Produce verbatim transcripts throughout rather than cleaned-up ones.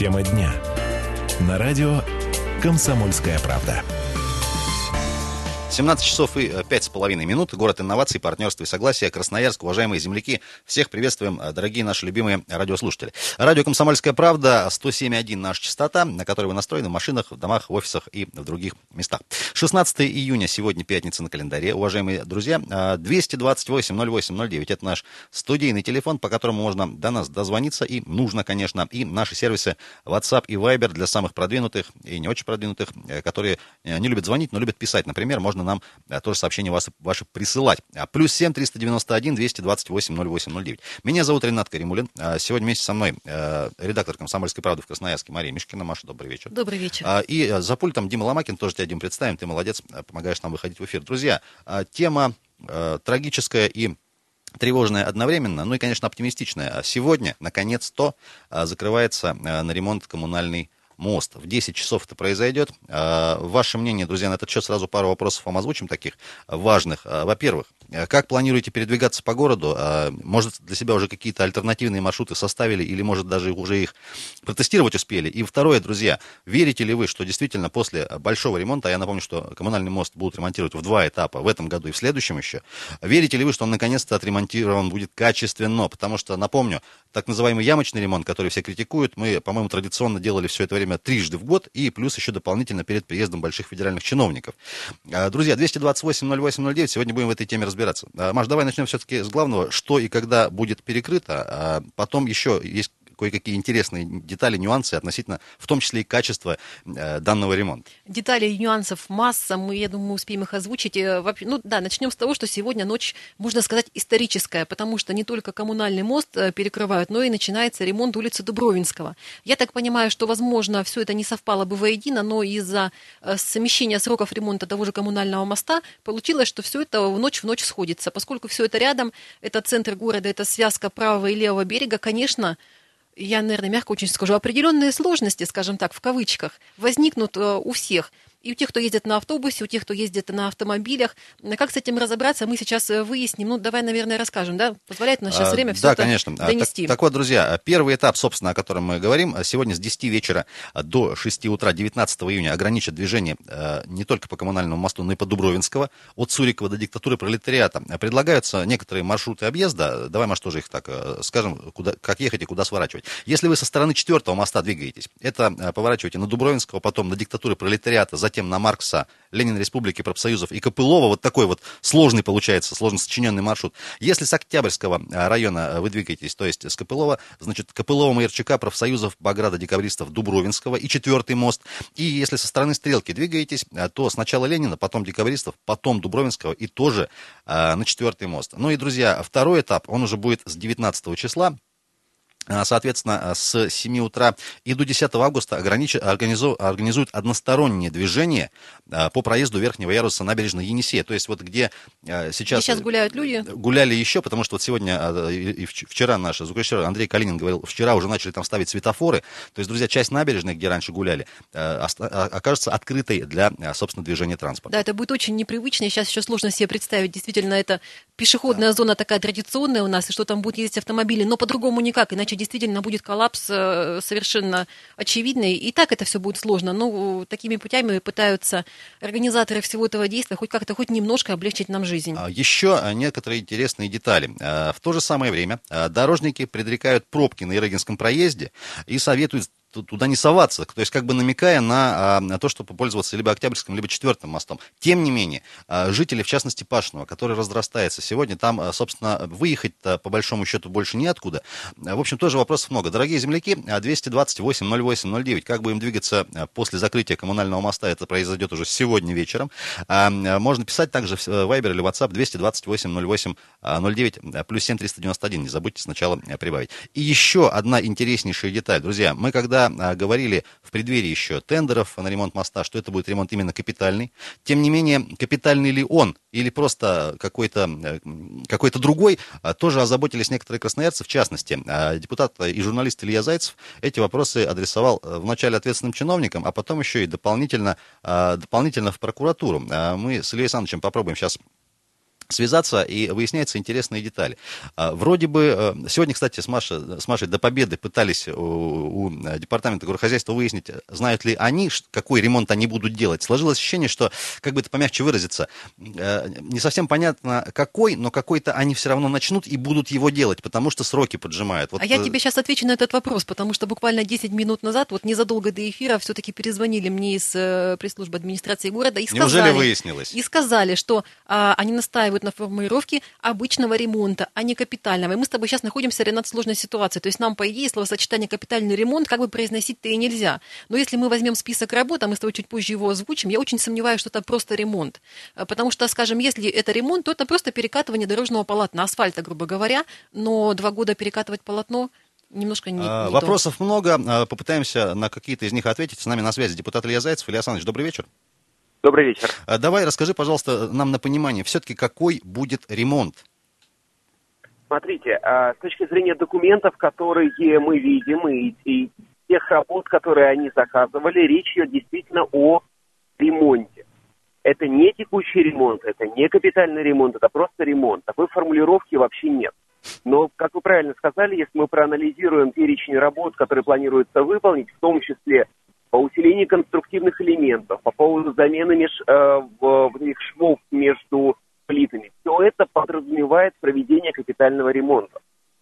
Тема дня. На радио «Комсомольская правда». семнадцать часов и пять с половиной минут. Город инноваций, партнерства и согласия. Красноярск. Уважаемые земляки, всех приветствуем, дорогие наши любимые радиослушатели. Радио «Комсомольская правда», сто семь и один наша частота, на которой вы настроены в машинах, в домах, в офисах и в других местах. шестнадцатое июня, сегодня пятница на календаре. Уважаемые друзья, двести двадцать восемь ноль восемь ноль девять, это наш студийный телефон, по которому можно до нас дозвониться, и нужно, конечно, и наши сервисы WhatsApp и Viber для самых продвинутых и не очень продвинутых, которые не любят звонить, но любят писать. Например, можно нам а, тоже сообщения ваши, ваши присылать. А, плюс семь триста девяносто один двести двадцать восемь ноль восемь ноль девять. Меня зовут Ренат Каримулин. А, сегодня вместе со мной а, редактор «Комсомольской правды» в Красноярске Мария Мишкина. Маша, добрый вечер. Добрый вечер. А, и а, за пультом Дима Ломакин, тоже тебя, Дим, представим. Ты молодец, помогаешь нам выходить в эфир. Друзья, а, тема а, трагическая и тревожная одновременно, ну и, конечно, оптимистичная. Сегодня, наконец-то, а, закрывается а, на ремонт коммунальный мост. В десять часов это произойдет. Ваше мнение, друзья, на этот счет сразу пару вопросов вам озвучим, таких важных. Во-первых, как планируете передвигаться по городу? Может, для себя уже какие-то альтернативные маршруты составили или, может, даже уже их протестировать успели? И второе, друзья, верите ли вы, что действительно после большого ремонта, я напомню, что коммунальный мост будут ремонтировать в два этапа, в этом году и в следующем еще, верите ли вы, что он наконец-то отремонтирован будет качественно? Потому что, напомню, так называемый ямочный ремонт, который все критикуют, мы, по-моему, традиционно делали все это время трижды в год, и плюс еще дополнительно перед приездом больших федеральных чиновников. Друзья, двести двадцать восемь ноль восемь ноль девять, сегодня будем в этой теме разбираться. Маш, давай начнем все-таки с главного, что и когда будет перекрыто, а потом еще есть кое-какие интересные детали, нюансы относительно, в том числе и качества э, данного ремонта. Деталей и нюансов масса, мы, я думаю, успеем их озвучить. Ну да, начнем с того, что сегодня ночь, можно сказать, историческая, потому что не только коммунальный мост перекрывают, но и начинается ремонт улицы Дубровинского. Я так понимаю, что, возможно, все это не совпало бы воедино, но из-за совмещения сроков ремонта того же коммунального моста получилось, что все это в ночь в ночь сходится. Поскольку все это рядом, это центр города, это связка правого и левого берега, конечно, я, наверное, мягко очень скажу, определенные сложности, скажем так, в кавычках, возникнут у всех. И у тех, кто ездит на автобусе, у тех, кто ездит на автомобилях. Как с этим разобраться, мы сейчас выясним. Ну, давай, наверное, расскажем, да? Позволяет нам сейчас время а, все да, это конечно. донести. Так, так вот, друзья, первый этап, собственно, о котором мы говорим, сегодня с десяти вечера до шести утра девятнадцатого июня ограничат движение не только по коммунальному мосту, но и по Дубровинского, от Сурикова до диктатуры пролетариата. Предлагаются некоторые маршруты объезда. Давай, Маш, тоже их так скажем, куда, как ехать и куда сворачивать. Если вы со стороны четвертого моста двигаетесь, это поворачиваете на Дубровинского, потом на диктатуры пролетариата, затем на Маркса, Ленина, Республики, профсоюзов и Копылова. Вот такой вот сложный получается, сложно сочиненный маршрут. Если с Октябрьского района вы двигаетесь, то есть с Копылова, значит, Копылова, Майорчака, профсоюзов, Баграта, декабристов, Дубровинского и четвертый мост. И если со стороны Стрелки двигаетесь, то сначала Ленина, потом декабристов, потом Дубровинского и тоже а, на четвертый мост. Ну и, друзья, второй этап, он уже будет с девятнадцатого числа. Соответственно, с семи утра и до десятого августа организу, организуют одностороннее движение по проезду верхнего яруса набережной Енисея. То есть вот где сейчас, где сейчас гуляют люди. Гуляли еще, потому что вот сегодня и вчера наш звукорежиссер Андрей Калинин говорил, вчера уже начали там ставить светофоры. То есть, друзья, часть набережной, где раньше гуляли, окажется открытой для, собственно, движения транспорта. Да, это будет очень непривычно. Сейчас еще сложно себе представить. Действительно, это пешеходная да. зона такая традиционная у нас, и что там будут ездить автомобили, но по-другому никак, иначе действительно будет коллапс совершенно очевидный. И так это все будет сложно. Но такими путями пытаются организаторы всего этого действия хоть как-то, хоть немножко облегчить нам жизнь. Еще некоторые интересные детали. В то же самое время дорожники предрекают пробки на Ерыгинском проезде и советуют туда не соваться, то есть как бы намекая на, на то, чтобы пользоваться либо Октябрьским, либо четвертым мостом. Тем не менее, жители, в частности, Пашиного, который разрастается сегодня, там, собственно, выехать-то по большому счету больше неоткуда. В общем, тоже вопросов много. Дорогие земляки, двести двадцать восемь ноль восемь ноль девять, как будем двигаться после закрытия коммунального моста, это произойдет уже сегодня вечером. Можно писать также в Viber или WhatsApp двести двадцать восемь ноль восемь ноль девять, плюс семь триста девяносто один, не забудьте сначала прибавить. И еще одна интереснейшая деталь, друзья, мы когда говорили в преддверии еще тендеров на ремонт моста, что это будет ремонт именно капитальный. Тем не менее, капитальный ли он или просто какой-то, какой-то другой, тоже озаботились некоторые красноярцы. В частности, депутат и журналист Илья Зайцев эти вопросы адресовал вначале ответственным чиновникам, а потом еще и дополнительно, дополнительно в прокуратуру. Мы с Ильей Александровичем попробуем сейчас связаться, и выясняются интересные детали. Вроде бы, сегодня, кстати, с Машей, с Машей до победы пытались у, у департамента горохозяйства выяснить, знают ли они, какой ремонт они будут делать. Сложилось ощущение, что, как бы это помягче выразиться, не совсем понятно какой, но какой-то они все равно начнут и будут его делать, потому что сроки поджимают. Вот... А я тебе сейчас отвечу на этот вопрос, потому что буквально десять минут назад, вот незадолго до эфира, все-таки перезвонили мне из пресс-службы администрации города и сказали... Неужели выяснилось? И сказали, что а, они настаивают на формулировке обычного ремонта, а не капитального. И мы с тобой сейчас находимся, Ренат, в сложной ситуации. То есть нам, по идее, словосочетание «капитальный ремонт» как бы произносить-то и нельзя. Но если мы возьмем список работ, а мы с тобой чуть позже его озвучим, я очень сомневаюсь, что это просто ремонт. Потому что, скажем, если это ремонт, то это просто перекатывание дорожного полотна, асфальта, грубо говоря. Но два года перекатывать полотно немножко не, не Вопросов то. много. Попытаемся на какие-то из них ответить. С нами на связи депутат Илья Зайцев. Илья Александрович, добрый вечер. Добрый вечер. Давай расскажи, пожалуйста, нам на понимание, все-таки какой будет ремонт? Смотрите, с точки зрения документов, которые мы видим, и, и тех работ, которые они заказывали, речь идет действительно о ремонте. Это не текущий ремонт, это не капитальный ремонт, это просто ремонт. Такой формулировки вообще нет. Но, как вы правильно сказали, если мы проанализируем перечень работ, которые планируется выполнить, в том числе по усилению конструктивных элементов, по поводу замены меж, э, в, в швов между плитами, все это подразумевает проведение капитального ремонта.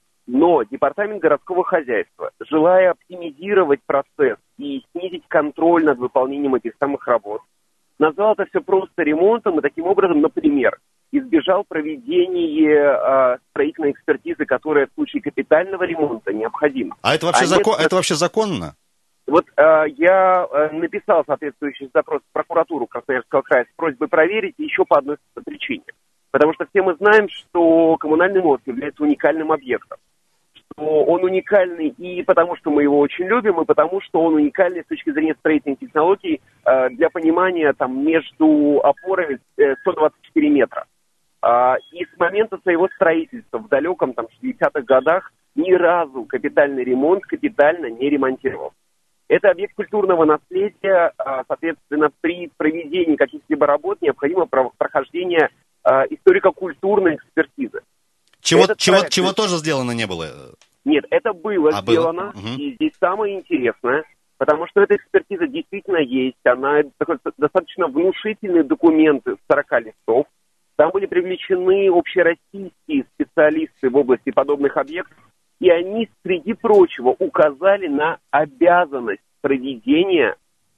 Но департамент городского хозяйства, желая оптимизировать процесс и снизить контроль над выполнением этих самых работ, назвал это все просто ремонтом и таким образом, например, избежал проведения э, строительной экспертизы, которая в случае капитального ремонта необходима. А это вообще, а закон, нет, это вообще законно? Вот э, я э, написал соответствующий запрос в прокуратуру Красноярского края с просьбой проверить еще по одной причине. Потому что все мы знаем, что коммунальный мост является уникальным объектом. Что он уникальный и потому, что мы его очень любим, и потому, что он уникальный с точки зрения строительных технологий. Э, для понимания, там между опорами э, сто двадцать четыре метра. Э, и с момента своего строительства в далеком там, шестидесятых годах ни разу капитальный ремонт капитально не ремонтировал. Это объект культурного наследия, соответственно, при проведении каких-либо работ необходимо прохождение историко-культурной экспертизы. Чего, чего, проект... чего тоже сделано не было? Нет, это было а сделано, было? И здесь самое интересное, потому что эта экспертиза действительно есть, она такой, достаточно внушительные документы, сорок листов, там были привлечены общероссийские специалисты в области подобных объектов, и они, среди прочего, указали на обязанность проведения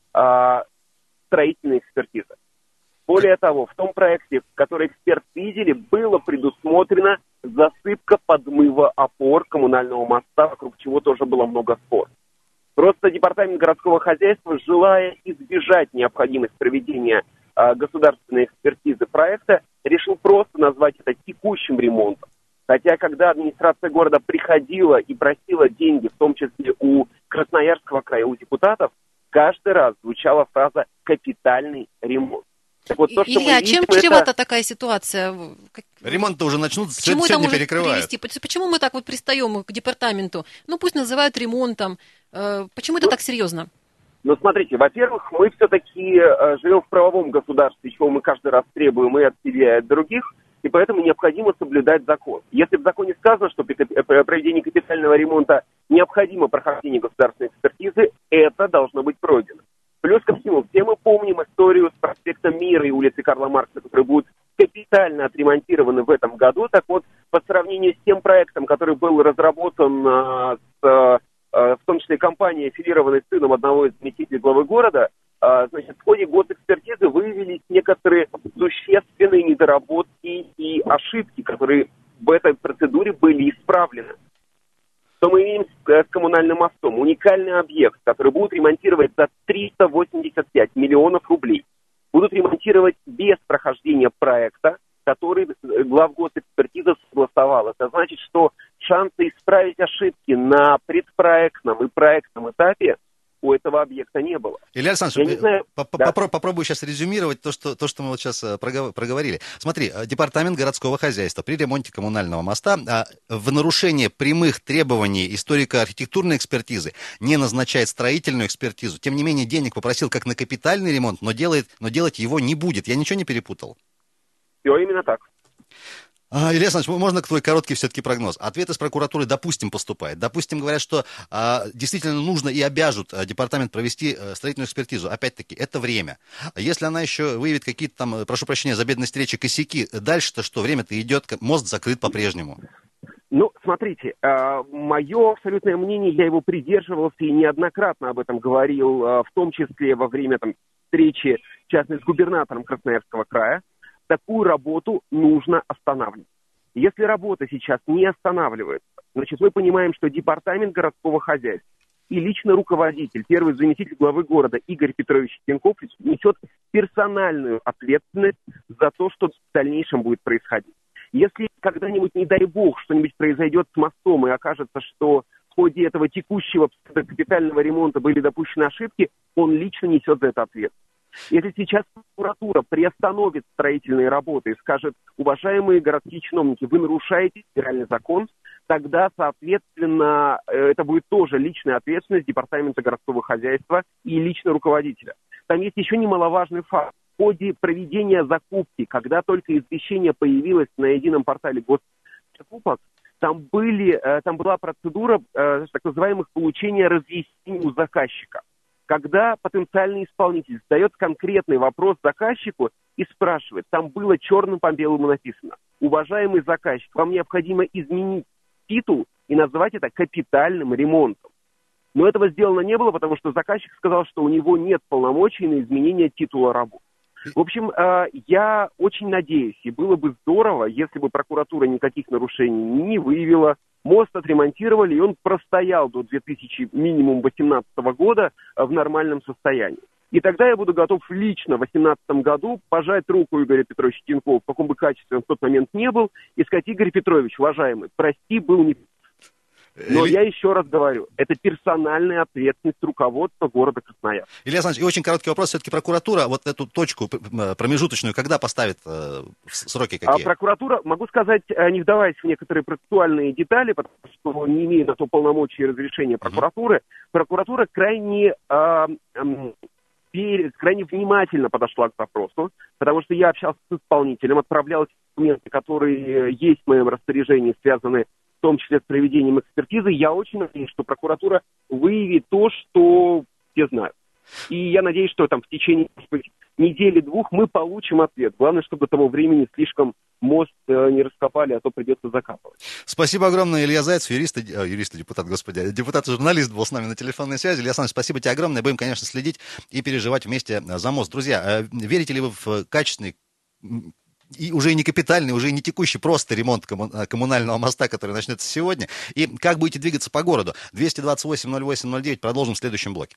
э, строительной экспертизы. Более того, в том проекте, который эксперты видели, было предусмотрено засыпка подмыва опор коммунального моста, вокруг чего тоже было много споров. Просто департамент городского хозяйства, желая избежать необходимости проведения э, государственной экспертизы проекта, решил просто назвать это текущим ремонтом. Хотя, когда администрация города приходила и просила деньги, в том числе у Красноярского края, у депутатов, каждый раз звучала фраза «капитальный ремонт». Так вот, то, что Илья, мы чем видим, чревата это... такая ситуация? Ремонт-то уже начнут, Почему сегодня это перекрывают. привести? Почему мы так вот пристаем к департаменту? Ну, пусть называют ремонтом. Почему это ну, так серьезно? Ну, смотрите, во-первых, мы все-таки э, живем в правовом государстве, чего мы каждый раз требуем и от себя, и от других, и поэтому необходимо соблюдать закон. Если в законе сказано, что при проведении капитального ремонта необходимо прохождение государственной экспертизы, это должно быть пройдено. Плюс ко всему, все мы помним историю с проспектом Мира и улицы Карла Маркса, которые будут капитально отремонтированы в этом году. Так вот, по сравнению с тем проектом, который был разработан э, с, э, в том числе компанией, аффилированной с сыном одного из заместителей главы города, э, значит, в ходе госэкспертизы выявились некоторые существенные недоработки и ошибки, которые в этой процедуре были исправлены. Что мы имеем с коммунальным мостом? Уникальный объект, который будут ремонтировать за триста восемьдесят пять миллионов рублей. Будут ремонтировать без прохождения проекта, который главгосэкспертиза согласовала. Это значит, что шансы исправить ошибки на предпроектном и проектном этапе у этого объекта не было. Илья Александрович, знаю... да. попробую сейчас резюмировать то что, то, что мы вот сейчас проговорили. Смотри, департамент городского хозяйства при ремонте коммунального моста в нарушение прямых требований историко-архитектурной экспертизы не назначает строительную экспертизу. Тем не менее, денег попросил как на капитальный ремонт, но, делает, но делать его не будет. Я ничего не перепутал? Все именно так. А, Илья Александрович, можно твой короткий все-таки прогноз? Ответ из прокуратуры, допустим, поступает. Допустим, говорят, что а, действительно нужно и обяжут а, департамент провести а, строительную экспертизу. Опять-таки, это время. Если она еще выявит какие-то там, прошу прощения за бедность речи, косяки, дальше-то что? Время-то идет, мост закрыт по-прежнему. Ну, смотрите, э, мое абсолютное мнение, я его придерживался и неоднократно об этом говорил, э, в том числе во время там, встречи, в частности, с губернатором Красноярского края. Такую работу нужно останавливать. Если работа сейчас не останавливается, значит, мы понимаем, что департамент городского хозяйства и лично руководитель, первый заместитель главы города Игорь Петрович Тинков несет персональную ответственность за то, что в дальнейшем будет происходить. Если когда-нибудь, не дай бог, что-нибудь произойдет с мостом и окажется, что в ходе этого текущего капитального ремонта были допущены ошибки, он лично несет за это ответственность. Если сейчас прокуратура приостановит строительные работы и скажет: уважаемые городские чиновники, вы нарушаете федеральный закон, тогда, соответственно, это будет тоже личная ответственность департамента городского хозяйства и лично руководителя. Там есть еще немаловажный факт. В ходе проведения закупки, когда только извещение появилось на едином портале госзакупок, там, были, там была процедура так называемых получения разъяснений у заказчика. Когда потенциальный исполнитель задает конкретный вопрос заказчику и спрашивает, там было черным по белому написано: уважаемый заказчик, вам необходимо изменить титул и назвать это капитальным ремонтом. Но этого сделано не было, потому что заказчик сказал, что у него нет полномочий на изменение титула работ. В общем, я очень надеюсь, и было бы здорово, если бы прокуратура никаких нарушений не выявила, мост отремонтировали, и он простоял до две тысячи восемнадцатого года в нормальном состоянии. И тогда я буду готов лично в две тысячи восемнадцатом году пожать руку Игоря Петровича Тинкова, в каком бы качестве он в тот момент не был, и сказать: Игорь Петрович, уважаемый, прости, был не... Но я еще раз говорю, это персональная ответственность руководства города Красноярска. Илья Александрович, и очень короткий вопрос. Все-таки прокуратура вот эту точку промежуточную когда поставит, э, сроки какие? А прокуратура, могу сказать, не вдаваясь в некоторые процессуальные детали, потому что не имея на то полномочий и разрешения прокуратуры, uh-huh. прокуратура крайне... Э, э, крайне внимательно подошла к вопросу, потому что я общался с исполнителем, отправлял документы, которые есть в моем распоряжении, связанные в том числе с проведением экспертизы. Я очень надеюсь, что прокуратура выявит то, что все знают. И я надеюсь, что там в течение, может быть, недели-двух мы получим ответ. Главное, чтобы до того времени слишком мост не раскопали, а то придется закапывать. Спасибо огромное, Илья Зайцев, юрист, э, юрист, депутат, господи, депутат и журналист был с нами на телефонной связи. Илья Александрович, спасибо тебе огромное. Будем, конечно, следить и переживать вместе за мост. Друзья, верите ли вы в качественный и уже не капитальный, уже не текущий, просто ремонт коммунального моста, который начнется сегодня? И как будете двигаться по городу? двести двадцать восемь ноль восемь ноль девять. Продолжим в следующем блоке.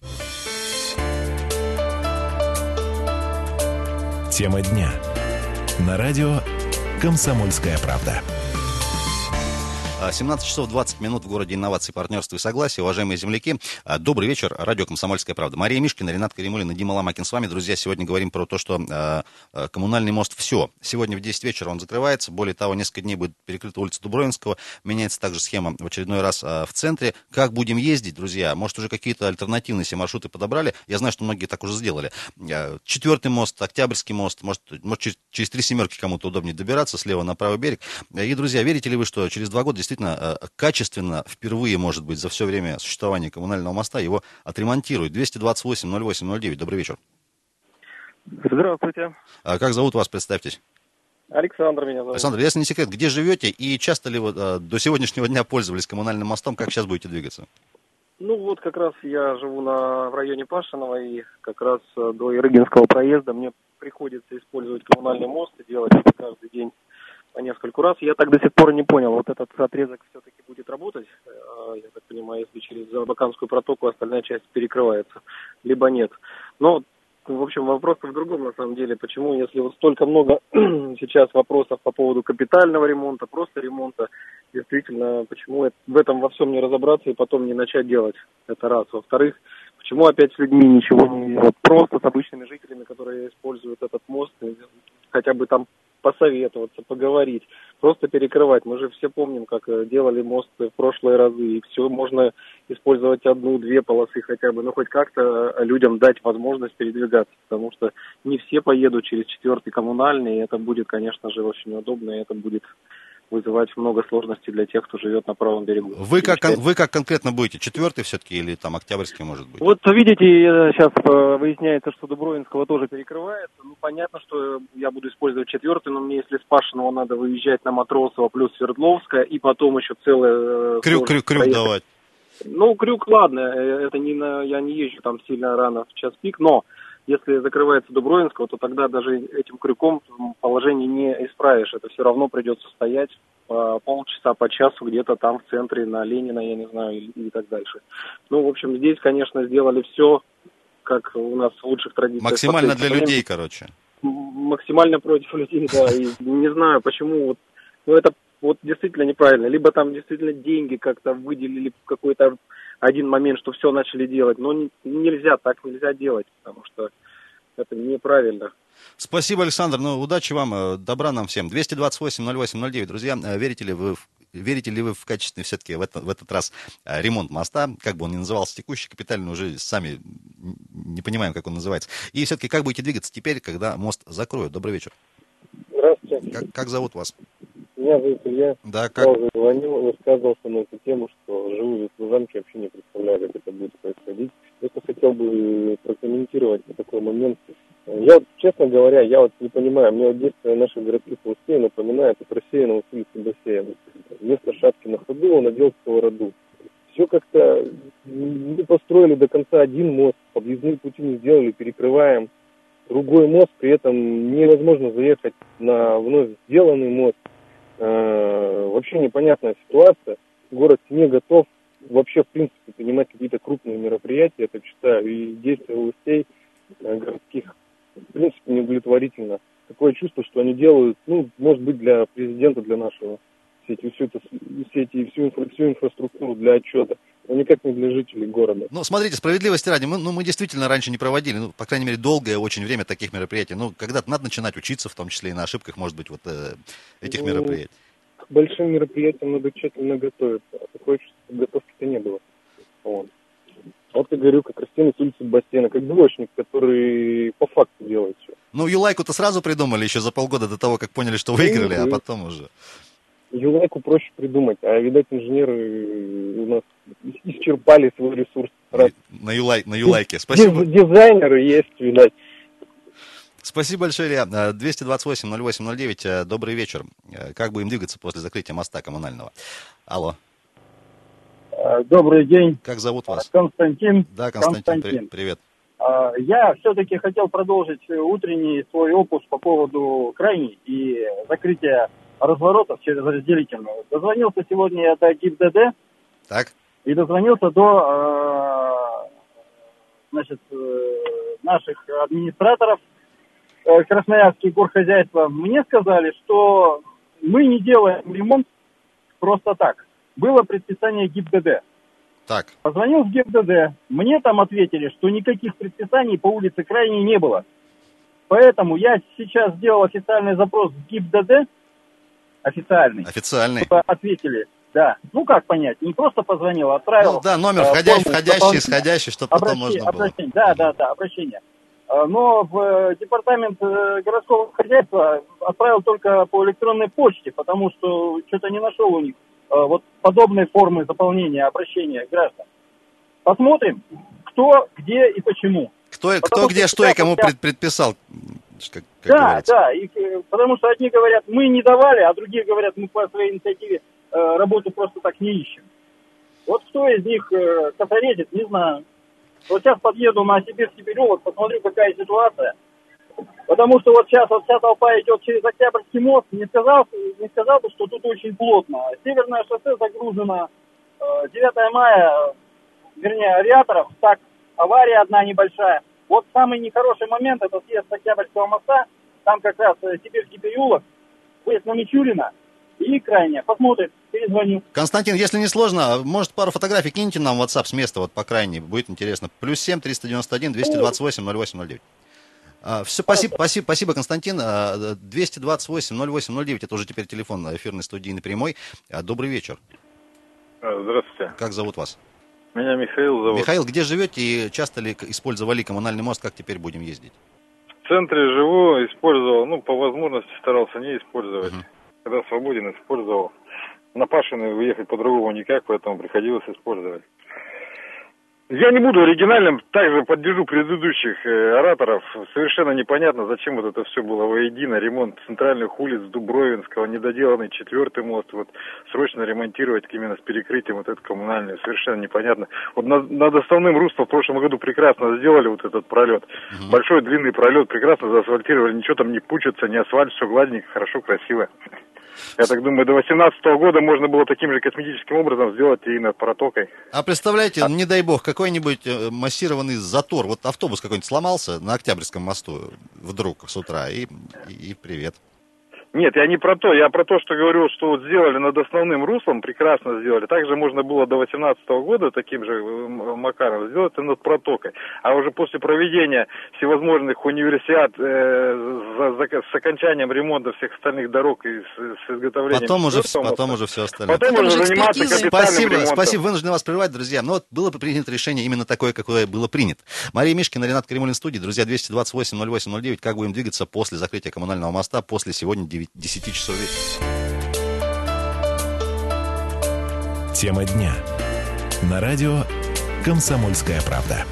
Тема дня. На радио «Комсомольская правда». семнадцать часов двадцать минут в городе инноваций, партнерства и согласия. Уважаемые земляки, добрый вечер. Радио «Комсомольская правда». Мария Мишкина, Ренат Каримуллин и Дима Ломакин с вами. Друзья, сегодня говорим про то, что э, коммунальный мост все. Сегодня в десять вечера он закрывается. Более того, несколько дней будет перекрыта улица Дубровинского. Меняется также схема в очередной раз э, в центре. Как будем ездить, друзья? Может, уже какие-то альтернативные все маршруты подобрали? Я знаю, что многие так уже сделали. Э, четвертый мост, Октябрьский мост. Может, может через, через три семерки кому-то удобнее добираться слева на правый берег. И, друзья, верите ли вы, что через два года действительно качественно, впервые, может быть, за все время существования коммунального моста его отремонтируют? двести двадцать восемь ноль восемь ноль девять. Добрый вечер. Здравствуйте. А как зовут вас? Представьтесь. Александр меня зовут. Александр, если не секрет, где живете и часто ли вы а, до сегодняшнего дня пользовались коммунальным мостом? Как сейчас будете двигаться? Ну вот как раз я живу на, в районе Пашиного, и как раз до Ирыгинского проезда мне приходится использовать коммунальный мост и делать это каждый день по нескольку раз. Я так до сих пор не понял, вот этот отрезок все-таки будет работать, я так понимаю, если через Забаканскую протоку остальная часть перекрывается, либо нет. Но, в общем, вопрос в другом на самом деле. Почему, если вот столько много сейчас вопросов по поводу капитального ремонта, просто ремонта, действительно, почему в этом во всем не разобраться и потом не начать делать? Это раз. Во-вторых, почему опять с людьми ничего не... Вот просто с обычными жителями, которые используют этот мост, хотя бы там посоветоваться, поговорить, просто перекрывать. Мы же все помним, как делали мост в прошлые разы, и все, можно использовать одну-две полосы хотя бы, но хоть как-то людям дать возможность передвигаться, потому что не все поедут через четвертый коммунальный, и это будет, конечно же, очень удобно, и это будет вызывать много сложностей для тех, кто живет на правом берегу. Вы как, кон- вы как конкретно будете? Четвертый все-таки или там Октябрьский может быть? Вот видите, сейчас выясняется, что Дубровинского тоже перекрывается. Ну, понятно, что я буду использовать четвертый, но мне, если с Пашиного надо выезжать на Матросова плюс Свердловская, и потом еще целое... Крюк, крюк, крюк давать. Ну, крюк, ладно, это не на, я не езжу там сильно рано в час пик, но если закрывается Дубровинского, то тогда даже этим крюком положение не исправишь. Это все равно придется стоять по полчаса, по часу где-то там в центре, на Ленина, я не знаю, и, и так дальше. Ну, в общем, здесь, конечно, сделали все, как у нас в лучших традициях. Максимально для людей, короче. Максимально против людей, да. И не знаю, почему вот, ну, это вот действительно неправильно. Либо там действительно деньги как-то выделили в какой-то один момент, что все начали делать. Но не, нельзя, так нельзя делать, потому что это неправильно. Спасибо, Александр. Ну, удачи вам, добра нам всем. двести двадцать восемь ноль восемь ноль девять. Друзья, верите ли вы в Верите ли вы в качественный все-таки в, это, в этот раз ремонт моста, как бы он ни назывался текущий, капитальный, уже сами не понимаем, как он называется. И все-таки как будете двигаться теперь, когда мост закроют? Добрый вечер. Здравствуйте. Как, как зовут вас? Меня зовут Илья. Да, как... Я уже звонил, высказывался на эту тему, что живу в Ветлужанке, вообще не представляю, как это будет происходить. Просто хотел бы прокомментировать такой момент. Я, честно говоря, я вот не понимаю, мне вот действие наших городских властей напоминает от рассеянного с улицы бассейна. Вместо шапки на ходу он надел сковороду. Все как-то не построили до конца один мост, подъездные пути не сделали, перекрываем другой мост, при этом невозможно заехать на вновь сделанный мост. Э, вообще непонятная ситуация. Город не готов вообще, в принципе, принимать какие-то крупные мероприятия, я так считаю, и действия властей э, городских, в принципе, неудовлетворительно. Такое чувство, что они делают, ну, может быть, для президента, для нашего, все эти, всю, это, все эти, всю, инфра, всю инфраструктуру для отчета, но никак не для жителей города. Ну, смотрите, справедливости ради, мы, ну, мы действительно раньше не проводили, ну, по крайней мере, долгое очень время таких мероприятий. Ну, когда-то надо начинать учиться, в том числе и на ошибках, может быть, вот э, этих ну, мероприятий. К большим мероприятиям надо тщательно готовиться, а такой готовки-то не было. Вот. Вот я говорю, как растение с улицы бассейна, как двоечник, который по факту делает все. Ну, Юлайку-то сразу придумали еще за полгода до того, как поняли, что выиграли, а потом уже... Юлайку проще придумать, а, видать, инженеры у нас исчерпали свой ресурс. На, на, Юлай, на Юлайке. Спасибо. Дизайнеры есть, видать. Спасибо большое, Илья. двести двадцать восемь ноль восемь ноль девять. Добрый вечер. Как будем двигаться после закрытия моста коммунального? Алло. Добрый день. Как зовут вас? Константин. Да, Константин, Константин. Привет. Я все-таки хотел продолжить утренний свой опус по поводу крайней и закрытия разворотов через разделительную. Дозвонился сегодня я до ГИБДД. Так. И дозвонился до значит, наших администраторов Красноярских горхозяйства. Мне сказали, что мы не делаем ремонт просто так. Было предписание ГИБДД. Так. Позвонил в ГИБДД. Мне там ответили, что никаких предписаний по улице Крайней не было. Поэтому я сейчас сделал официальный запрос в ГИБДД. Официальный. Официальный. Ответили. Да. Ну как понять? Не просто позвонил, а отправил. Ну да, номер входящий, входящий, исходящий, чтобы потом можно было. Обращение. Да, да, да, обращение. Но в департамент городского хозяйства отправил только по электронной почте, потому что что-то не нашел у них вот подобной формы заполнения обращения граждан. Посмотрим, кто, где и почему. Кто, кто где, что и кому я... предписал. Как, как да, говорится. да, и, потому что одни говорят, мы не давали, а другие говорят, мы по своей инициативе э, работу просто так не ищем. Вот кто из них э, косорезит, не знаю. Вот сейчас подъеду на Сибирский переулок, посмотрю, какая ситуация. Потому что вот сейчас вот вся толпа идет через Октябрьский мост. Не сказал, не сказал бы, что тут очень плотно. Северное шоссе загружено. девятое мая, вернее, авиаторов. Так, авария одна небольшая. Вот самый нехороший момент, это съезд с Октябрьского моста. Там как раз Сибирский переулок, выезд на Мичурина. И крайне. Посмотрим, перезвоню. Константин, если не сложно, может, пару фотографий киньте нам в WhatsApp с места, вот по крайней, будет интересно. Плюс семь триста девяносто один двести двадцать восемь ноль восемь ноль девять. А, все, спасибо, спасибо, спасибо, Константин. двести двадцать восемь ноль восемь ноль девять, это уже теперь телефон эфирной студийный прямой. Добрый вечер. Здравствуйте. Как зовут вас? Меня Михаил зовут. Михаил, где живете и часто ли использовали коммунальный мост, как теперь будем ездить? В центре живу, использовал, ну, по возможности старался не использовать. Угу. когда свободен, использовал. На Пашиной уехать по-другому никак, поэтому приходилось использовать. Я не буду оригинальным, также поддержу предыдущих э, ораторов. Совершенно непонятно, зачем вот это все было воедино. Ремонт центральных улиц Дубровинского, недоделанный четвертый мост. Вот срочно ремонтировать именно с перекрытием вот это коммунальное. Совершенно непонятно. Вот над, над основным руслом в прошлом году прекрасно сделали вот этот пролет. Угу. Большой длинный пролет, прекрасно заасфальтировали. Ничего там не пучится, не асфальт, все гладненько, хорошо, красиво. Я так думаю, до восемнадцатого года можно было таким же косметическим образом сделать и над протокой. А представляете, а... не дай бог, какой-нибудь массированный затор. Вот автобус какой-нибудь сломался на Октябрьском мосту вдруг с утра, и, и, и привет. Нет, я не про то, я про то, что говорю, что вот сделали над основным руслом, прекрасно сделали. Также можно было до восемнадцатого года таким же макаром сделать и над протокой. А уже после проведения всевозможных универсиад э, за, за, с окончанием ремонта всех остальных дорог и с, с изготовлением... Потом уже, потом уже все остальное. Потом, потом уже заниматься капитальным спасибо, ремонтом. Спасибо, вынужден вас прервать, друзья. Но вот было принято решение именно такое, какое было принято. Мария Мишкина, Ренат Каримуллин в студии. Друзья, двести двадцать восемь ноль восемь ноль девять. Как будем двигаться после закрытия коммунального моста, после сегодня десяти часов вечера. Тема дня. На радио «Комсомольская правда».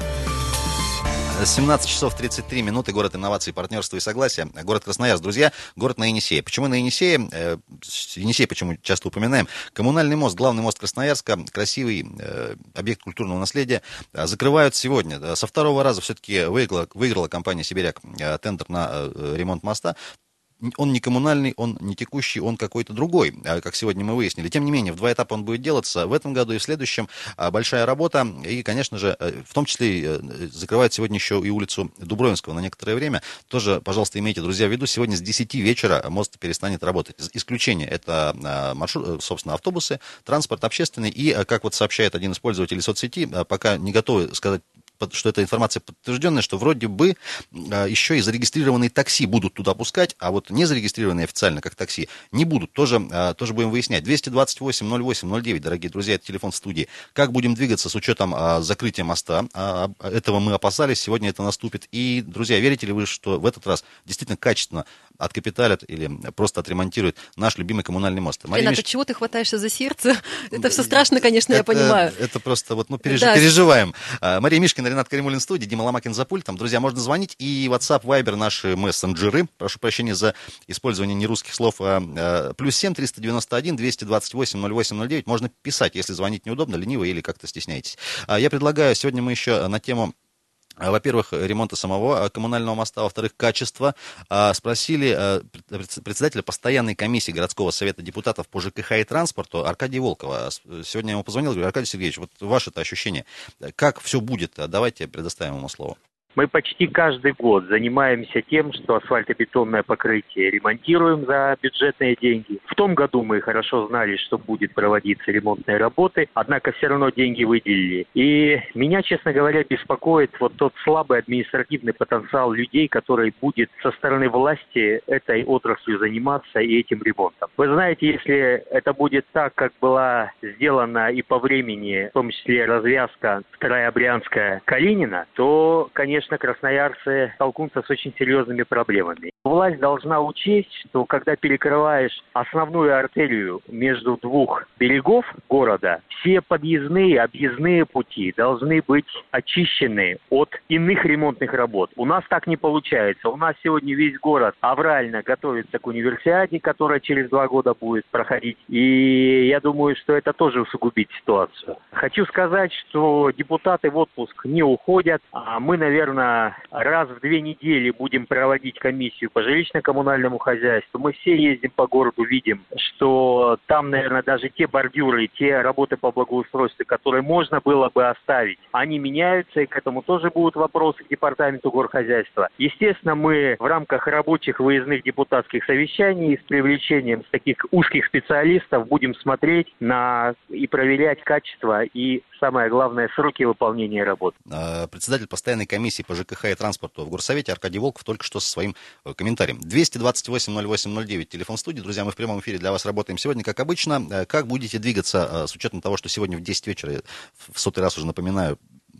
семнадцать часов тридцать три минуты. Город инноваций, партнерства и согласия. Город Красноярск, друзья. Город на Енисее. Почему на Енисее? Э, Енисей почему часто упоминаем? Коммунальный мост, главный мост Красноярска, красивый э, объект культурного наследия, э, закрывают сегодня. Со второго раза все-таки выиграла, выиграла компания «Сибиряк» э, тендер на э, ремонт моста. Он не коммунальный, он не текущий, он какой-то другой, как сегодня мы выяснили. Тем не менее, в два этапа он будет делаться в этом году и в следующем. Большая работа. И, конечно же, в том числе закрывают сегодня еще и улицу Дубровинского на некоторое время. Тоже, пожалуйста, имейте, друзья, в виду, сегодня с десяти вечера мост перестанет работать. Исключение — это маршрут, собственно, автобусы, транспорт общественный. И, как вот сообщает один из пользователей соцсети, пока не готовы сказать, что эта информация подтвержденная, что вроде бы а, еще и зарегистрированные такси будут туда пускать, а вот не зарегистрированные официально как такси не будут. Тоже, а, тоже будем выяснять. двести двадцать восемь ноль восемь ноль девять, дорогие друзья, это телефон в студии. Как будем двигаться с учетом а, закрытия моста? А, этого мы опасались, сегодня это наступит. И, друзья, верите ли вы, что в этот раз действительно качественно откапиталят или просто отремонтируют наш любимый коммунальный мост? Мария Ренат, Миш... чего ты хватаешься за сердце? Это все страшно, конечно, это, я понимаю. Это просто вот, ну, переж... да. переживаем. Мария Мишкина, Ренат Каримуллин в студии, Дима Ломакин за пультом. Друзья, можно звонить. И WhatsApp, Viber, наши мессенджеры. Прошу прощения за использование нерусских слов. Плюс семь триста девяносто один двести двадцать восемь ноль восемь ноль девять. Можно писать, если звонить неудобно, лениво или как-то стесняетесь. Я предлагаю, сегодня мы еще на тему, во-первых, ремонта самого коммунального моста, во-вторых, качества. Спросили председателя постоянной комиссии городского совета депутатов по ЖКХ и транспорту Аркадия Волкова. Сегодня я ему позвонил, говорю: Аркадий Сергеевич, вот ваше-то ощущение, как все будет? Давайте предоставим ему слово. Мы почти каждый год занимаемся тем, что асфальтобетонное покрытие ремонтируем за бюджетные деньги. В том году мы хорошо знали, что будет проводиться ремонтные работы, однако все равно деньги выделили. И меня, честно говоря, беспокоит вот тот слабый административный потенциал людей, который будет со стороны власти этой отраслью заниматься и этим ремонтом. Вы знаете, если это будет так, как была сделана и по времени, в том числе развязка вторая Брянская Калинина, то, конечно, красноярцы столкнутся с очень серьезными проблемами. Власть должна учесть, что когда перекрываешь основную артерию между двух берегов города, все подъездные, объездные пути должны быть очищены от иных ремонтных работ. У нас так не получается. У нас сегодня весь город аврально готовится к универсиаде, которая через два года будет проходить. И я думаю, что это тоже усугубит ситуацию. Хочу сказать, что депутаты в отпуск не уходят, а мы, наверное, раз в две недели будем проводить комиссию по жилищно-коммунальному хозяйству. Мы все ездим по городу, видим, что там, наверное, даже те бордюры, те работы по благоустройству, которые можно было бы оставить, они меняются, и к этому тоже будут вопросы к департаменту горхозяйства. Естественно, мы в рамках рабочих выездных депутатских совещаний с привлечением таких узких специалистов будем смотреть на и проверять качество и, самое главное, сроки выполнения работ. Председатель постоянной комиссии по ЖКХ и транспорту в Горсовете Аркадий Волков только что со своим комментарием. двести двадцать восемь ноль восемь ноль девять, телефон студии. Друзья, мы в прямом эфире для вас работаем сегодня, как обычно. Как будете двигаться с учетом того, что сегодня в десять вечера, в сотый раз уже напоминаю,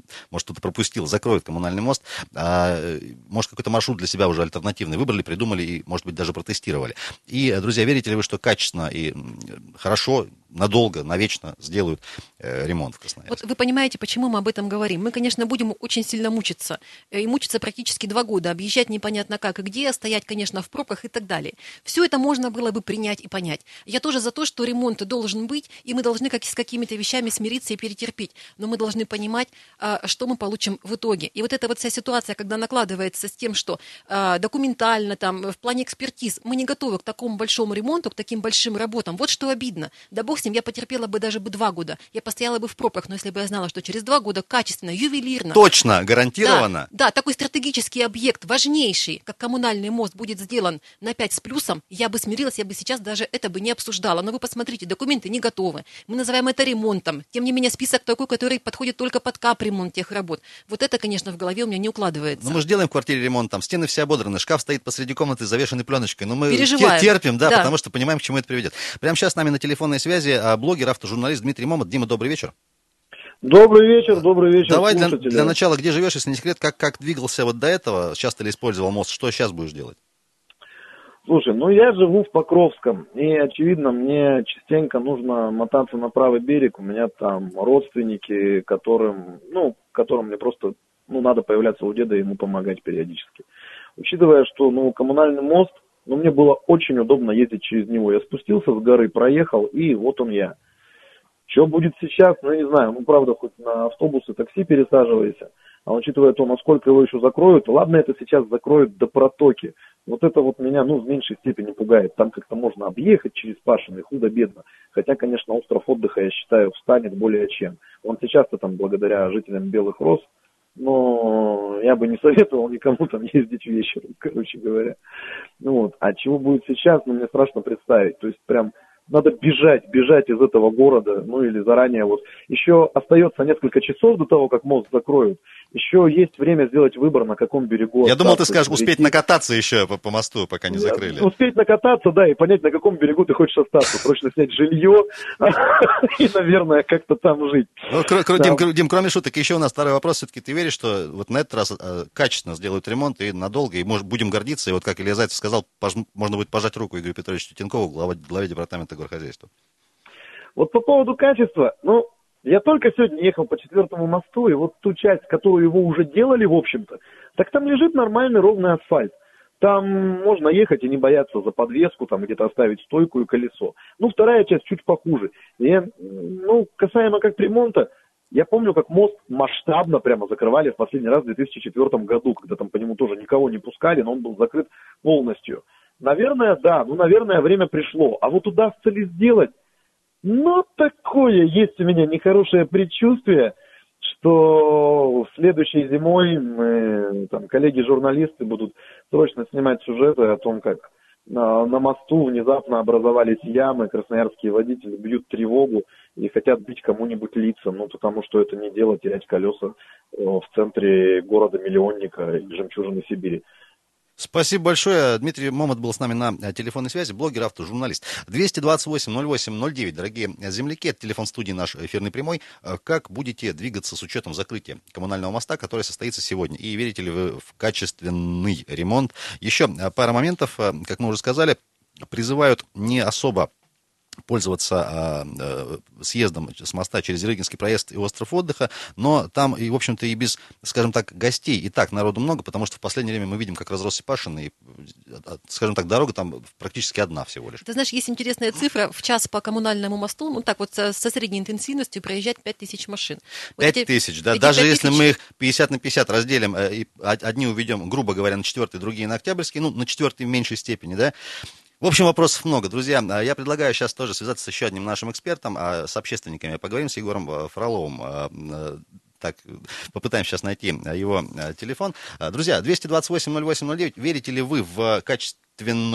может, кто-то пропустил, закроют коммунальный мост, а, может, какой-то маршрут для себя уже альтернативный выбрали, придумали и, может быть, даже протестировали. И, друзья, верите ли вы, что качественно и хорошо, надолго, навечно сделают э, ремонт в Красноярске? Вот вы понимаете, почему мы об этом говорим? Мы, конечно, будем очень сильно мучиться. И мучиться практически два года, объезжать непонятно как и где, стоять, конечно, в пробках и так далее. Все это можно было бы принять и понять. Я тоже за то, что ремонт должен быть, и мы должны как с какими-то вещами смириться и перетерпеть. Но мы должны понимать, что мы получим в итоге. И вот эта вот вся ситуация, когда накладывается с тем, что документально, там, в плане экспертиз, мы не готовы к такому большому ремонту, к таким большим работам. Вот что обидно. Да бог с ним, я потерпела бы даже бы два года. Я постояла бы в пробках, но если бы я знала, что через два года качественно, ювелирно. Точно, гарантированно. Да, да, такой стратегический объект, важнейший, как коммунальный мост, будет сделан на пять с плюсом, я бы смирилась, я бы сейчас даже это бы не обсуждала. Но вы посмотрите, документы не готовы. Мы называем это ремонтом. Тем не менее, список такой, который подходит только под капремонт тех работ. Вот это, конечно, в голове у меня не укладывается. Ну, мы же делаем в квартире ремонт, там стены все ободраны, шкаф стоит посреди комнаты, завешенный пленочкой. Но мы Переживаем. терпим, да, да, потому что понимаем, к чему это приведет. Прямо сейчас с нами на телефонной связи блогер, автожурналист Дмитрий Момот. Дима, добрый вечер. Добрый вечер, добрый вечер. Давай для, для начала, где живешь, если не секрет, как, как двигался вот до этого, часто ли использовал мост, что сейчас будешь делать? Слушай, ну я живу в Покровском, и, очевидно, мне частенько нужно мотаться на правый берег, у меня там родственники, которым, ну, которым мне просто, ну, надо появляться у деда и ему помогать периодически. Учитывая, что, ну, коммунальный мост, ну, мне было очень удобно ездить через него, я спустился с горы, проехал, и вот он я. Что будет сейчас, ну, не знаю, ну, правда, хоть на автобусы, такси пересаживайся, а учитывая то, насколько его еще закроют, ладно, это сейчас закроют до протоки. Вот это вот меня, ну, в меньшей степени пугает. Там как-то можно объехать через Пашино, худо-бедно. Хотя, конечно, остров отдыха, я считаю, встанет более чем. Он сейчас-то там, благодаря жителям Белых Роз, но я бы не советовал никому там ездить вечером, короче говоря. Ну вот, а чего будет сейчас, ну, мне страшно представить. То есть прям надо бежать, бежать из этого города, ну или заранее вот. Еще остается несколько часов до того, как мост закроют. Еще есть время сделать выбор, на каком берегу. Я думал, ты скажешь, успеть накататься еще по, по мосту, пока не закрыли. Успеть накататься, да, и понять, на каком берегу ты хочешь остаться. Срочно снять жилье и, наверное, как-то там жить. Ну, кр- кр- да. Дим, Дим, кроме шуток, еще у нас второй вопрос. Все-таки ты веришь, что вот на этот раз э, качественно сделают ремонт и надолго, и может, будем гордиться. И вот как Илья Зайцев сказал, пож- можно будет пожать руку Игорю Петровичу Тютенкову, главе, главе департамента горхозяйства. Вот по поводу качества, ну, я только сегодня ехал по четвертому мосту, и вот ту часть, которую его уже делали, в общем-то, так там лежит нормальный ровный асфальт. Там можно ехать и не бояться за подвеску, там где-то оставить стойку и колесо. Ну, вторая часть чуть похуже. И, ну, касаемо как ремонта, я помню, как мост масштабно прямо закрывали в последний раз в две тысячи четвёртом году, когда там по нему тоже никого не пускали, но он был закрыт полностью. Наверное, да, ну, наверное, время пришло. А вот удастся ли сделать? Ну, такое есть у меня нехорошее предчувствие, что следующей зимой мы, там, коллеги-журналисты будут срочно снимать сюжеты о том, как на, на мосту внезапно образовались ямы, красноярские водители бьют тревогу и хотят бить кому-нибудь лица, ну, потому что это не дело терять колеса в центре города-миллионника и жемчужины Сибири. Спасибо большое. Дмитрий Момот был с нами на телефонной связи, блогер, автожурналист. двести двадцать восемь ноль восемь ноль девять, дорогие земляки, это телефон студии наш эфирный прямой. Как будете двигаться с учетом закрытия коммунального моста, который состоится сегодня? И верите ли вы в качественный ремонт? Еще пара моментов, как мы уже сказали, призывают не особо пользоваться э, съездом с моста через Рыгинский проезд и остров отдыха, но там, и, в общем-то, и без, скажем так, гостей и так народу много, потому что в последнее время мы видим, как разросся Пашин, и, скажем так, дорога там практически одна всего лишь. Ты знаешь, есть интересная цифра, в час по коммунальному мосту, ну так вот со, со средней интенсивностью проезжает пять тысяч машин. пять тысяч, да, даже если мы их пятьдесят на пятьдесят разделим, э, и одни уведем, грубо говоря, на четвертый, другие на Октябрьский, ну, на четвертый в меньшей степени, да. В общем, вопросов много. Друзья, я предлагаю сейчас тоже связаться с еще одним нашим экспертом, с общественниками. Поговорим с Егором Фроловым. Так, попытаемся сейчас найти его телефон. Друзья, двести двадцать восемь ноль восемь ноль девять. Верите ли вы в качественность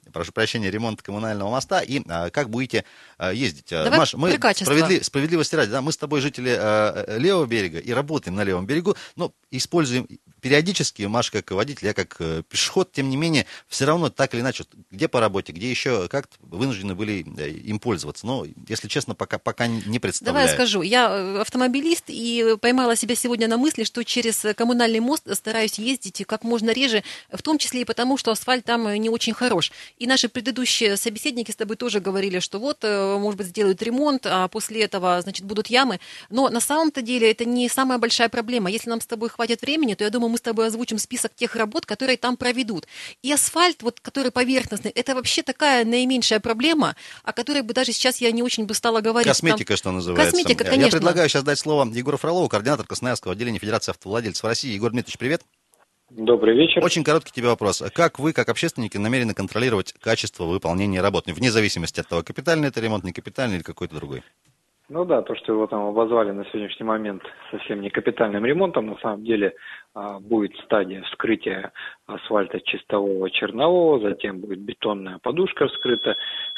прошу прощения, ремонта коммунального моста и а, как будете а, ездить. Давай Маш, мы справедли... справедливости ради, да, мы с тобой жители а, левого берега и работаем на левом берегу, но используем периодически, Маша как водитель, я как э, пешеход, тем не менее, все равно так или иначе, где по работе, где еще, как вынуждены были им пользоваться. Но, если честно, пока, пока не представляю. Давай я скажу. Я автомобилист и поймала себя сегодня на мысли, что через коммунальный мост стараюсь ездить как можно реже, в том числе и потому, что асфальт там не очень хорош. И наши предыдущие собеседники с тобой тоже говорили, что вот, может быть, сделают ремонт, а после этого, значит, будут ямы. Но на самом-то деле это не самая большая проблема. Если нам с тобой хватит времени, то я думаю, мы с тобой озвучим список тех работ, которые там проведут. И асфальт, вот, который поверхностный, это вообще такая наименьшая проблема, о которой бы даже сейчас я не очень бы стала говорить. Косметика, там... что называется. Косметика, конечно. Я предлагаю сейчас дать слово Егору Фролову, координатор Красноярского отделения Федерации автовладельцев России. Егор Дмитриевич, привет. Добрый вечер. Очень короткий тебе вопрос. Как вы, как общественники, намерены контролировать качество выполнения работ, вне зависимости от того, капитальный это ремонт, не капитальный или какой-то другой? Ну да, то, что его там обозвали на сегодняшний момент совсем не капитальным ремонтом, на самом деле будет стадия вскрытия асфальта чистового, чернового, затем будет бетонная подушка вскрыта.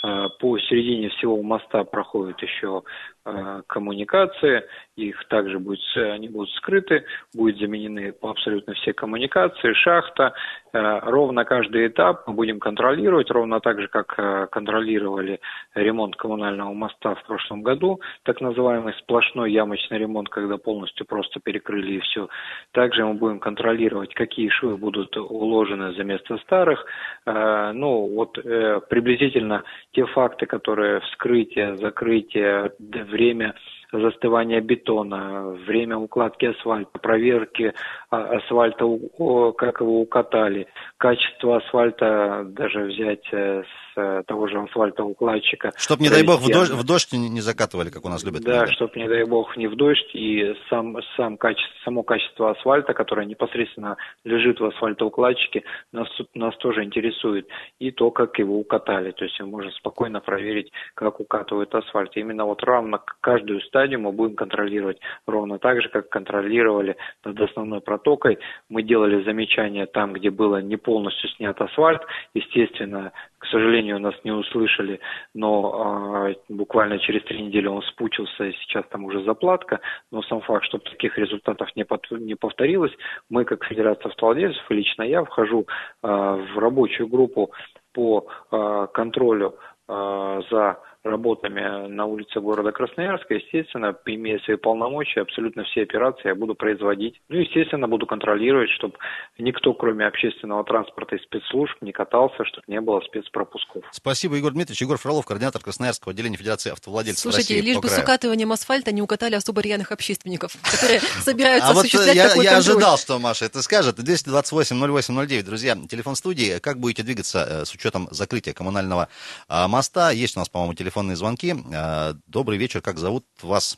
По середине всего моста проходят еще коммуникации, их также будет, они будут скрыты, будут заменены абсолютно все коммуникации, шахта. Ровно каждый этап мы будем контролировать, ровно так же, как контролировали ремонт коммунального моста в прошлом году, так называемый сплошной ямочный ремонт, когда полностью просто перекрыли и все. Также мы будем контролировать, какие швы будут уложены за место старых. Ну, вот приблизительно те факты, которые вскрытие, закрытие, время застывания бетона, время укладки асфальта, проверки асфальта, как его укатали, качество асфальта, даже взять с того же асфальтоукладчика. Чтоб, не дай бог, в дождь, в дождь не закатывали, как у нас любят. Да, чтоб, не дай бог, не в дождь, и сам, сам качество, само качество асфальта, которое непосредственно лежит в асфальтоукладчике, нас, нас тоже интересует. И то, как его укатали. То есть мы можем спокойно проверить, как укатывают асфальт. И именно вот равно каждую стадию мы будем контролировать ровно так же, как контролировали над основной протокой. Мы делали замечания там, где было не полностью снят асфальт. Естественно, к сожалению, нас не услышали, но э, буквально через три недели он спучился, и сейчас там уже заплатка. Но сам факт, чтобы таких результатов не, под, не повторилось, мы, как Федерация автовладельцев, и лично я, вхожу э, в рабочую группу по э, контролю э, за работами на улице города Красноярска. Естественно, имея свои полномочия, абсолютно все операции я буду производить. Ну, естественно, буду контролировать, чтобы никто, кроме общественного транспорта и спецслужб, не катался, чтобы не было спецпропусков. Спасибо, Егор Дмитриевич. Егор Фролов, координатор Красноярского отделения Федерации автовладельцев Слушайте, России. Слушайте, лишь бы с укатыванием асфальта не укатали особо рьяных общественников, которые собираются а осуществлять вот такой я, контроль. Я ожидал, что Маша это скажет. двести двадцать восемь ноль восемь ноль девять, друзья, телефон студии. Как будете двигаться с учетом закрытия коммунального моста? Есть у нас, по-моему, телефонные звонки. Добрый вечер, как зовут вас?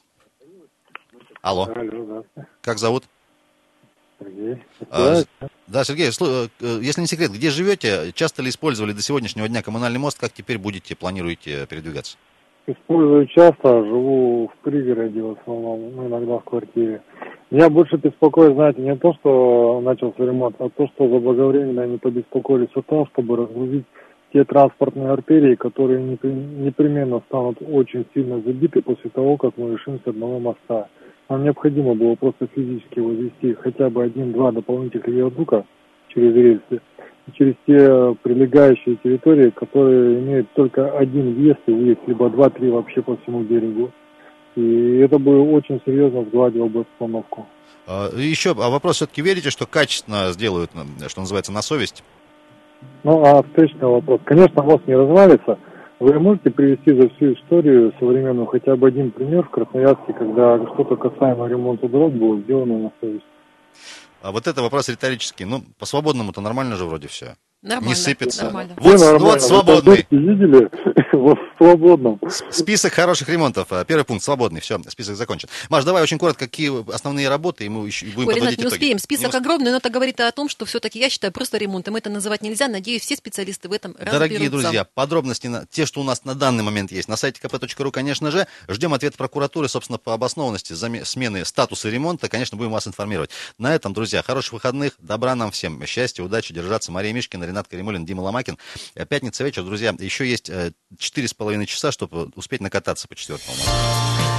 Алло. Алло, да. Как зовут? Сергей. А, да, Сергей, если не секрет, где живете? Часто ли использовали до сегодняшнего дня коммунальный мост? Как теперь будете, планируете передвигаться? Использую часто, живу в пригороде в основном, ну, иногда в квартире. Меня больше беспокоит, знаете, не то, что начался ремонт, а то, что заблаговременно они побеспокоились о том, чтобы разгрузить те транспортные артерии, которые непременно станут очень сильно забиты после того, как мы решимся одного моста. Нам необходимо было просто физически возвести хотя бы один-два дополнительных виадука через рельсы, через те прилегающие территории, которые имеют только один въезд и выезд, либо два-три вообще по всему берегу. И это бы очень серьезно сгладило бы обстановку. Еще а вопрос, все-таки верите, что качественно сделают, что называется, на совесть? Ну, а встречный вопрос. Конечно, мост не развалится. Вы можете привести за всю историю современную хотя бы один пример в Красноярске, когда что-то касаемо ремонта дорог было сделано на совесть? А вот это вопрос риторический. Ну, по свободному-то нормально же вроде все. Нормально, не сыпется. Нормально. Вот, нормально. вот свободный. Вы видели? Вот свободном. Список хороших ремонтов. Первый пункт свободный. Все, список закончен. Маш, давай очень коротко, какие основные работы, и мы еще будем Ой, подводить Ренат, не итоги. успеем. Список не огромный, но это говорит о том, что все-таки, я считаю, просто ремонтом это называть нельзя. Надеюсь, все специалисты в этом разберутся. Дорогие друзья, подробности, на, те, что у нас на данный момент есть, на сайте ка пэ точка ру, конечно же. Ждем ответ прокуратуры, собственно, по обоснованности заме- смены статуса ремонта. Конечно, будем вас информировать. На этом, друзья, хороших выходных, добра нам всем, счастья, удачи, держаться. Мария Мишкина, Ренат Каримуллин, Дима Ломакин. Пятница вечер, друзья, еще есть четыре с половиной часа, чтобы успеть накататься по четвертому.